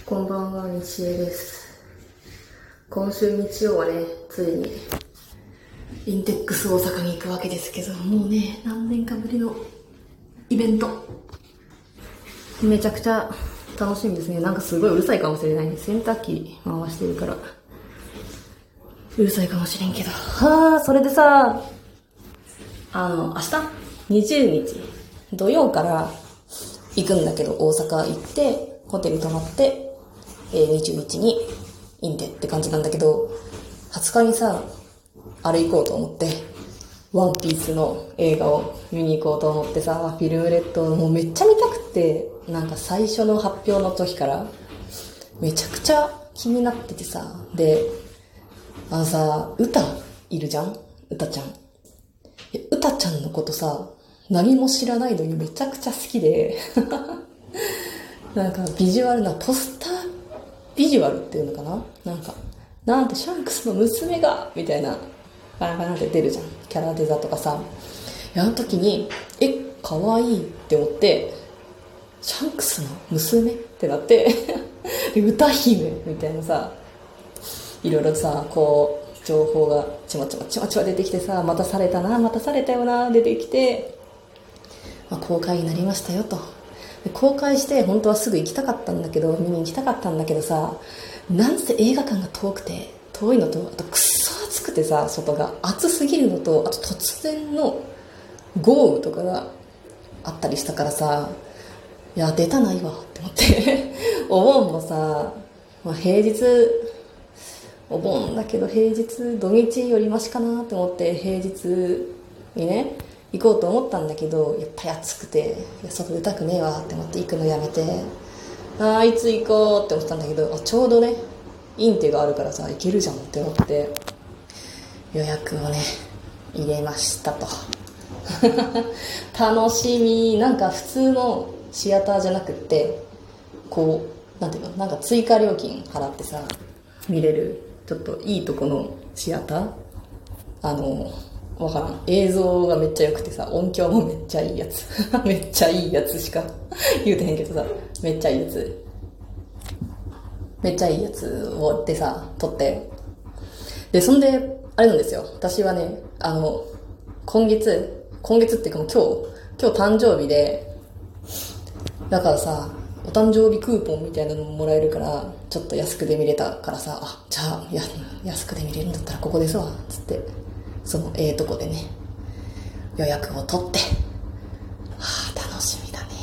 こんばんは、日江です。今週日曜はね、ついにインテックス大阪に行くわけですけど、もうね、何年かぶりのイベント。めちゃくちゃ楽しみですね。なんかすごいうるさいかもしれないね。洗濯機回してるから。うるさいかもしれんけど。それでさ、明日20日土曜から行くんだけど、大阪行ってホテル泊まって、20日にインテって感じなんだけど、20日にさ、あれ行こうと思って、ワンピースの映画を見に行こうと思ってさ、フィルムレッドもうめっちゃ見たくて、なんか最初の発表の時からめちゃくちゃ気になっててさ、で、歌いるじゃん？歌ちゃん。歌ちゃんのことさ、何も知らないのにめちゃくちゃ好きでなんかビジュアルなポスタービジュアルっていうのかな、なんてシャンクスの娘がみたいなバラバラって出るじゃん、キャラデザとかさ。あの時にかわいいって思って、シャンクスの娘ってなってで歌姫みたいなさ、いろいろさ、こう情報がちまちま出てきてさ、待たされたよな出てきて、公開になりましたよと。公開して本当はすぐ行きたかったんだけど、見に行きたかったんだけどさ、なんせ映画館が遠いのと、あとくっそ暑くてさ、外が暑すぎるのと、あと突然の豪雨とかがあったりしたからさ、いや出たないわって思ってお盆もさ、平日お盆だけど平日土日よりマシかなって思って平日にね行こうと思ったんだけど、やっぱり暑くて、いや外出たくねえわって思って行くのやめて、いつ行こうって思ったんだけど、ちょうどねインテがあるからさ行けるじゃんって思って予約をね入れましたと楽しみ。なんか普通のシアターじゃなくって、こうなんていうの、なんか追加料金払ってさ見れる、ちょっといいとこのシアター、わからん、映像がめっちゃ良くてさ、音響もめっちゃいいやつめっちゃいいやつしか言うてへんけどさ、めっちゃいいやつをでさ撮って、でそんであれなんですよ、私はね今月っていうかもう今日誕生日で、だからさお誕生日クーポンみたいなのももらえるから、ちょっと安くで見れたからさ、じゃあ安くで見れるんだったらここですわつって、そのとこでね予約を取って、楽しみだね。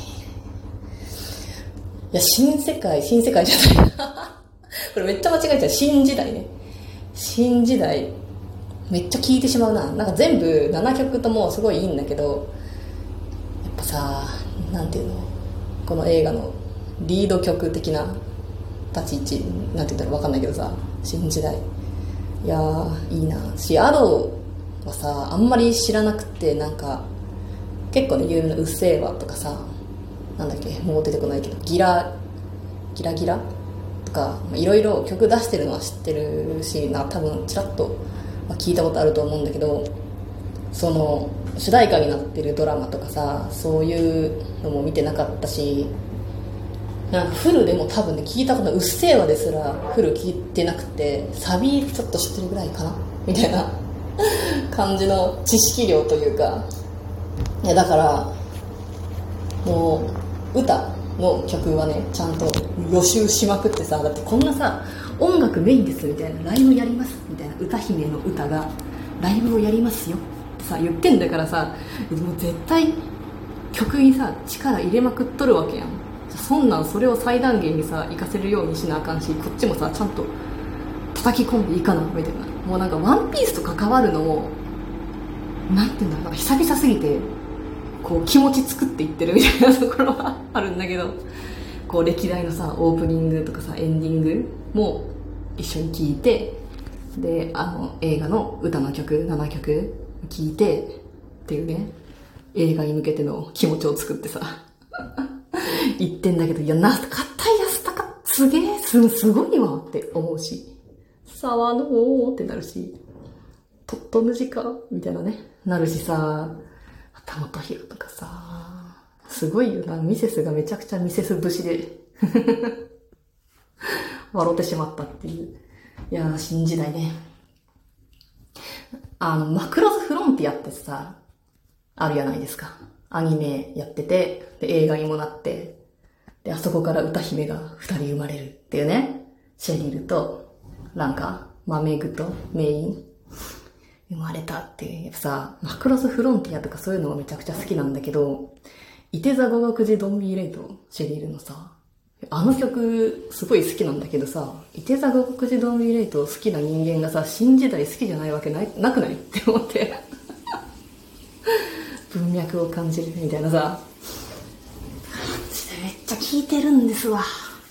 いや新世界じゃないこれめっちゃ間違えちゃう。新時代めっちゃ聴いてしまうな。なんか全部7曲ともすごいいいんだけど、やっぱさ、なんていうの、この映画のリード曲的な立ち位置なんて言ったら分かんないけどさ、新時代、いやーいいなし、アドはさあんまり知らなくて、なんか結構ね有名なうっせぇわとかさ、なんだっけもう出てこないけど、ギラとかいろいろ曲出してるのは知ってるしな、多分ちらっと聞いたことあると思うんだけど、その主題歌になってるドラマとかさ、そういうのも見てなかったし、なんかフルでも多分ね聞いたことない、うっせぇわですらフル聞いてなくて、サビちょっと知ってるぐらいかなみたいな感じの知識量というか、いやだからもう歌の曲はねちゃんと予習しまくってさ、だってこんなさ音楽メインですみたいな、ライブやりますみたいな、歌姫の歌がライブをやりますよってさ言ってんだからさ、もう絶対曲にさ力入れまくっとるわけやん。それを最大限にさ活かせるようにしなあかんし、こっちもさちゃんと叩き込んでいいかなみたいな。もうなんかワンピースと関わるのもなんていうんだろう、なんか久々すぎてこう気持ち作っていってるみたいなところはあるんだけど、こう歴代のさオープニングとかさエンディングも一緒に聴いて、で映画の歌の曲7曲聴いてっていうね、映画に向けての気持ちを作ってさ言ってんだけど、いやなかった安高すげえすごいわって思うし、沢のーってなるし、とっとむじかみたいなねなるしさ、田本博とかさすごいよな。ミセスがめちゃくちゃミセス節で笑ってしまったっていう。いやー、新時代ね。マクロスフロンティアってさ、あるじゃないですか。アニメやってて、で、映画にもなって、で、あそこから歌姫が2人生まれるっていうね。シェリルと、なんか、メグとメイン、生まれたっていう。やっぱさ、マクロスフロンティアとかそういうのがめちゃくちゃ好きなんだけど、いて座語学寺ドンビーレイとシェリルのさ、あの曲すごい好きなんだけどさ、いて座語学寺ドンビーレイと好きな人間がさ、新時代好きじゃないわけなくないって思って。文脈を感じるみたいなさ、めっちゃ聴いてるんですわ。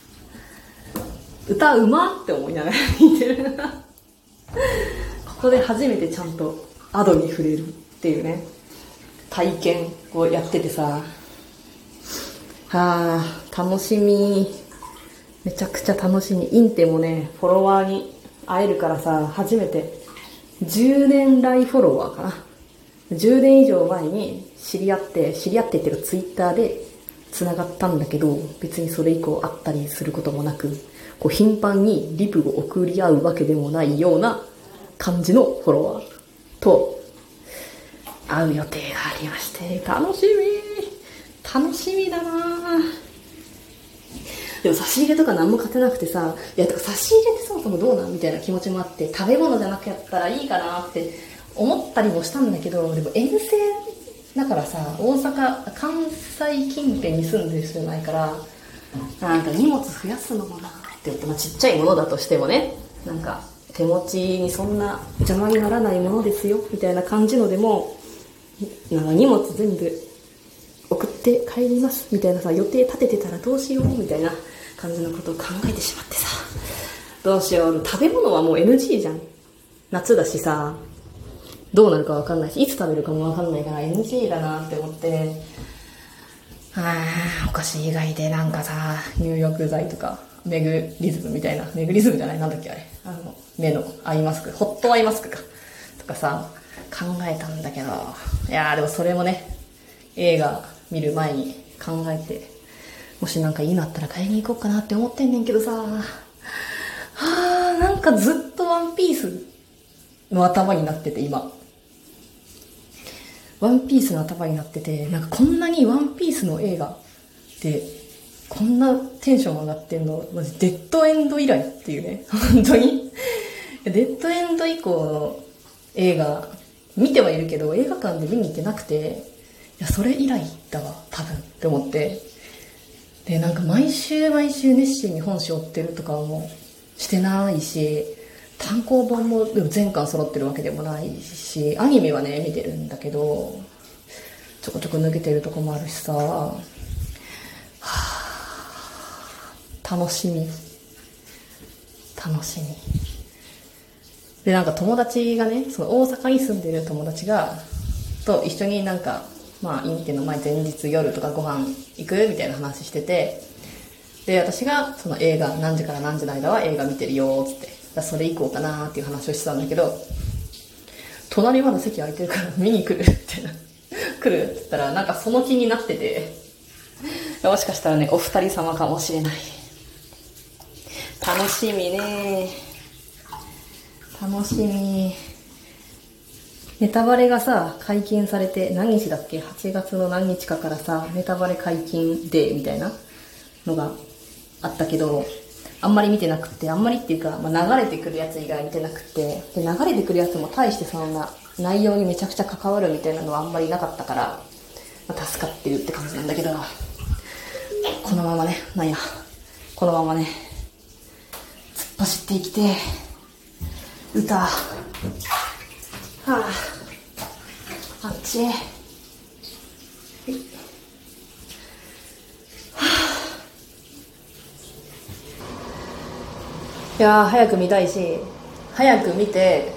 歌うまって思いながら聴いてる。ここで初めてちゃんとアドに触れるっていうね、体験をやっててさ、楽しみ。めちゃくちゃ楽しみ。インテもね、フォロワーに会えるからさ、初めて10年来フォロワーかな。10年以上前に知り合ってっていうかツイッターで繋がったんだけど、別にそれ以降会ったりすることもなく、こう頻繁にリプを送り合うわけでもないような感じのフォロワーと会う予定がありまして、楽しみだなぁ。でも差し入れとか何も買ってなくてさ、いや、差し入れってそもそもどうなんみたいな気持ちもあって、食べ物じゃなくやったらいいかなって思ったりもしたんだけど、でも遠征だからさ、関西近辺に住んでる人じゃないから、なんか荷物増やすのもなって言って、ちっちゃいものだとしてもね、なんか手持ちにそんな邪魔にならないものですよみたいな感じのでも、なんか荷物全部送って帰りますみたいなさ、予定立ててたらどうしようみたいな感じのことを考えてしまってさ、どうしよう。食べ物はもう NG じゃん。夏だしさ、どうなるかわかんないし、いつ食べるかもわかんないから NG だなって思って、お菓子以外でなんかさ、入浴剤とか、メグリズムみたいな、メグリズムじゃない、なんだっけあれ。目のアイマスク、ホットアイマスクか。とかさ、考えたんだけど、いやーでもそれもね、映画見る前に考えて、もしなんかいいのあったら買いに行こうかなって思ってんねんけどさ、なんかずっとワンピースの頭になってて今。ワンピースの頭になってて、なんかこんなにワンピースの映画で、こんなテンション上がってんの、マジデッドエンド以来っていうね、本当に。デッドエンド以降の映画、見てはいるけど、映画館で見に行ってなくて、いや、それ以来だわ、多分って思って。で、なんか毎週熱心に本誌追ってるとかもしてないし、単行本もでも全巻揃ってるわけでもないし、アニメはね見てるんだけど、ちょこちょこ抜けてるとこもあるしさ、楽しみで、なんか友達がね、その大阪に住んでる友達がと一緒になんかインテの前日夜とかご飯行くみたいな話してて、で私がその映画何時から何時の間は映画見てるよーっつって、それ行こうかなーっていう話をしてたんだけど、隣まだ席空いてるから見に来るって来るって言ったら、なんかその気になってて、もしかしたらね、お二人様かもしれない。楽しみね。楽しみ。ネタバレがさ、解禁されて、何日だっけ ?8 月の何日かからさ、ネタバレ解禁デーみたいなのがあったけど、あんまり見てなくて、あんまりっていうか、流れてくるやつ以外見てなくて、で、流れてくるやつも大してそんな内容にめちゃくちゃ関わるみたいなのはあんまりなかったから、助かってるって感じなんだけど、このままね、このままね、突っ走っていきて、歌、あっち、いやー早く見たいし、早く見て、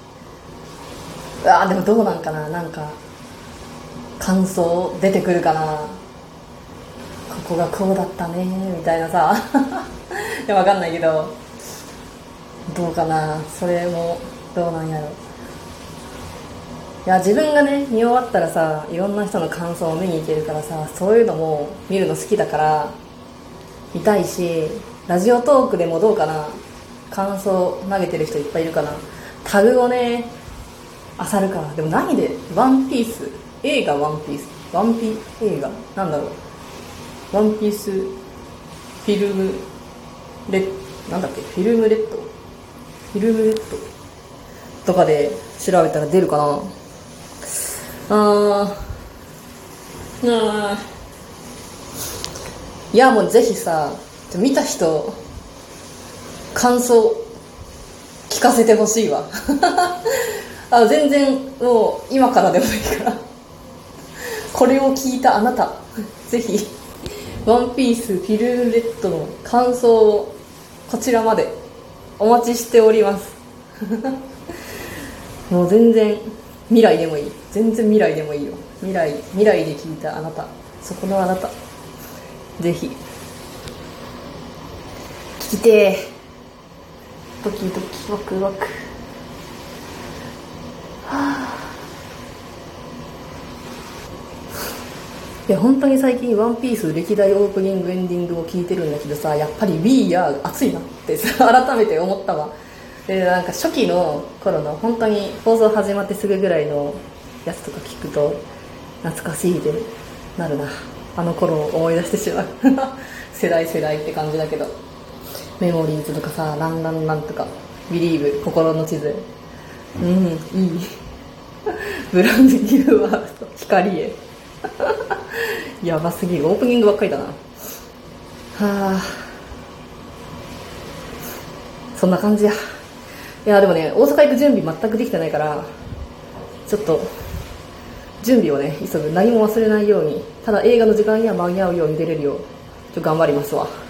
でもどうなんかな、なんか感想出てくるかな、ここがこうだったねみたいなさいやわかんないけど、どうかな、それもどうなんやろ。いや自分がね見終わったらさ、いろんな人の感想を見に行けるからさ、そういうのも見るの好きだから、 見たいし、ラジオトークでもどうかな、感想投げてる人いっぱいいるかな。タグをね漁るか。でも何でワンピース、映画ワンピース、映画なんだろう、ワンピースフィルムなんだっけ、フィルムレッドとかで調べたら出るかな。いや、もうぜひさ、見た人感想聞かせてほしいわ全然もう今からでもいいからこれを聞いたあなた、ぜひワンピースフィルムレッドの感想をこちらまでお待ちしておりますもう全然未来でもいい、全然未来でもいいよ。未来で聞いたあなた、そこのあなた、ぜひ聞きてー。ドキドキワクワク。いや本当に最近ワンピース歴代オープニングエンディングを聞いてるんだけどさ、やっぱり We Are 熱いなってさ改めて思ったわ。でなんか初期の頃の本当に放送始まってすぐぐらいのやつとか聞くと懐かしいでなるな。あの頃を思い出してしまう世代って感じだけど、メモリーズとかさ、ランランランとか、ビリーブ、心の地図、いいブランドニューワールド、光へやばすぎる、オープニングばっかりだな。そんな感じや。いやでもね、大阪行く準備全くできてないから、ちょっと準備をね急ぐ。何も忘れないように、ただ映画の時間には間に合うように出れるよう頑張りますわ。